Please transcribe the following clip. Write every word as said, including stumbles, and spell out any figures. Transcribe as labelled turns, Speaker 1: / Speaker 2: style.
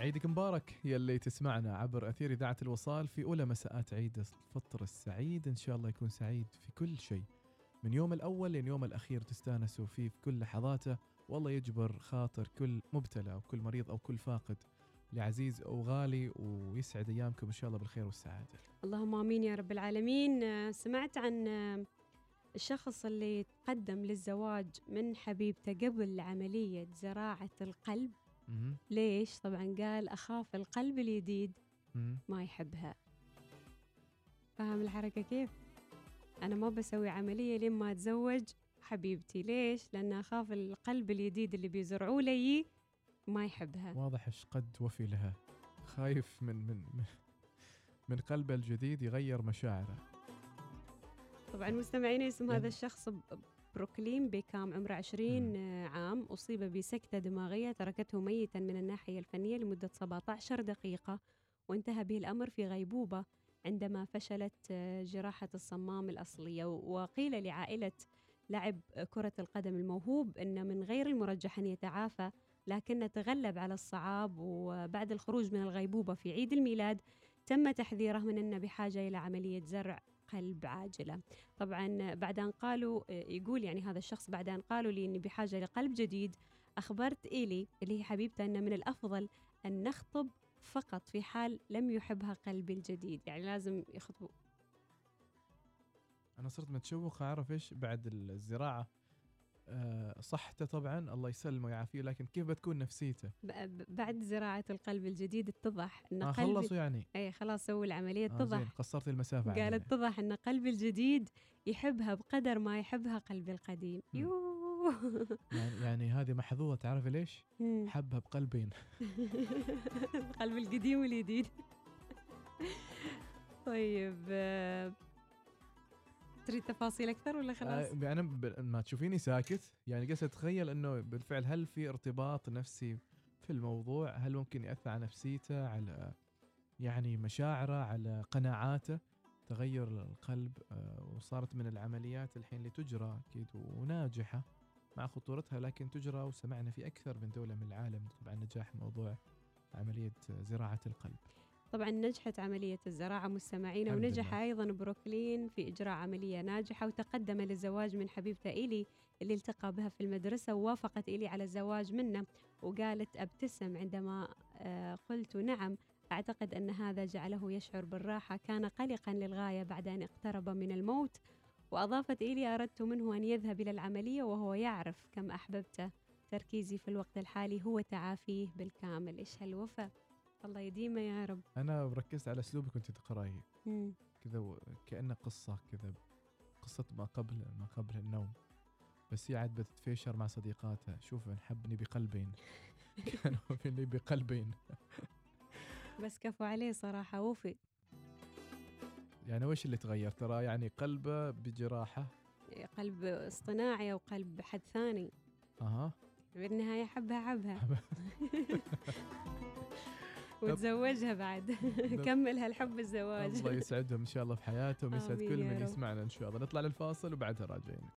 Speaker 1: عيدك مبارك يلي تسمعنا عبر أثير إذاعة الوصال في أولى مساءات عيد الفطر السعيد. إن شاء الله يكون سعيد في كل شيء، من يوم الأول لين يوم الأخير تستانسوا فيه في كل لحظاته، والله يجبر خاطر كل مبتلى أو كل مريض أو كل فاقد لعزيز أو غالي، ويسعد أيامكم إن شاء الله بالخير والسعادة.
Speaker 2: اللهم آمين يا رب العالمين. سمعت عن الشخص اللي تقدم للزواج من حبيبته قبل عملية زراعة القلب.
Speaker 1: م-
Speaker 2: ليش؟ طبعا قال أخاف القلب الجديد
Speaker 1: م-
Speaker 2: ما يحبها. فاهم الحركة كيف؟ أنا ما بسوي عملية لين ما أتزوج حبيبتي. ليش؟ لأن أخاف القلب الجديد اللي بيزرعوا لي ما يحبها.
Speaker 1: واضح إيش قد وفي لها، خايف من من من, من قلبه الجديد يغير مشاعره.
Speaker 2: طبعا مستمعين، اسم
Speaker 1: يعني
Speaker 2: هذا الشخص بروكلين بيكام، عمره عشرين عام، أصيب بسكتة دماغية تركته ميتا من الناحية الفنية لمدة سبعة عشر دقيقة، وانتهى به الأمر في غيبوبة عندما فشلت جراحة الصمام الأصلية. وقيل لعائلة لاعب كرة القدم الموهوب أن من غير المرجح أن يتعافى، لكن تغلب على الصعاب، وبعد الخروج من الغيبوبة في عيد الميلاد تم تحذيره من أنه بحاجة إلى عملية زرع قلب عاجلة. طبعا بعد أن قالوا، يقول يعني هذا الشخص، بعد أن قالوا لي أني بحاجة لقلب جديد، أخبرت إيلي اللي هي حبيبته أن من الأفضل أن نخطب فقط في حال لم يحبها قلبي الجديد، يعني لازم يخطبوا.
Speaker 1: أنا صرت متشوق أعرف إيش بعد الزراعة. أه صحته طبعا الله يسلمه ويعافيه، لكن كيف بتكون نفسيته
Speaker 2: بعد زراعة القلب الجديد؟ اتضح أن
Speaker 1: آه
Speaker 2: قلبي
Speaker 1: خلصوا يعني
Speaker 2: أي خلاص سووا العملية.
Speaker 1: آه زين،
Speaker 2: اتضح،
Speaker 1: قصرت المسافة
Speaker 2: قال
Speaker 1: عليه.
Speaker 2: اتضح أن قلبي الجديد يحبها بقدر ما يحبها قلبي القديم. يوه.
Speaker 1: يعني يعني هذه محظوظة، تعرف ليش؟ حبها بقلبين.
Speaker 2: القلب القديم والجديد. طيب تريد تفاصيل أكثر ولا خلاص؟
Speaker 1: آه أنا ب... ما تشوفيني ساكت، يعني قصة أتخيل أنه بالفعل هل في ارتباط نفسي في الموضوع؟ هل ممكن يأثر على نفسيته، على يعني مشاعره، على قناعاته؟ تغير القلب آه وصارت من العمليات الحين اللي تجرى أكيد وناجحة مع خطورتها، لكن تجرى وسمعنا في أكثر من دولة من العالم طبعا نجاح موضوع عملية زراعة القلب.
Speaker 2: طبعا نجحت عملية الزراعة مستمعين، ونجح
Speaker 1: لله.
Speaker 2: أيضا بروكلين في إجراء عملية ناجحة، وتقدم للزواج من حبيبته إيلي اللي التقى بها في المدرسة، ووافقت إيلي على الزواج منه، وقالت أبتسم عندما آه قلت نعم، أعتقد أن هذا جعله يشعر بالراحة، كان قلقا للغاية بعد أن اقترب من الموت. وأضافت إيلي أردت منه أن يذهب إلى العملية وهو يعرف كم أحببته، تركيزي في الوقت الحالي هو تعافيه بالكامل. إيش هالوفا، الله يديمه يا رب.
Speaker 1: أنا ركزت على أسلوبك كنت تقرأي كذا كأنه قصة كذا، قصة ما قبل ما قبل النوم، بس هي عاد بتتفيشر مع صديقاتها. شوف نحبني بقلبين. كانوا فيني بقلبين.
Speaker 2: بس كفوا عليه صراحة، وفي
Speaker 1: يعني وش اللي تغير؟ ترى يعني قلبه بجراحة،
Speaker 2: قلب اصطناعي أو قلب حد ثاني.
Speaker 1: أها
Speaker 2: بالنهاية حبها حبها. وتزوجها بعد. كمل هالحب الزواج.
Speaker 1: الله يسعدهم إن شاء الله في حياتهم، يسعد كل من
Speaker 2: يسمعنا
Speaker 1: يسمعنا إن شاء الله. نطلع للفاصل وبعدها راجعين.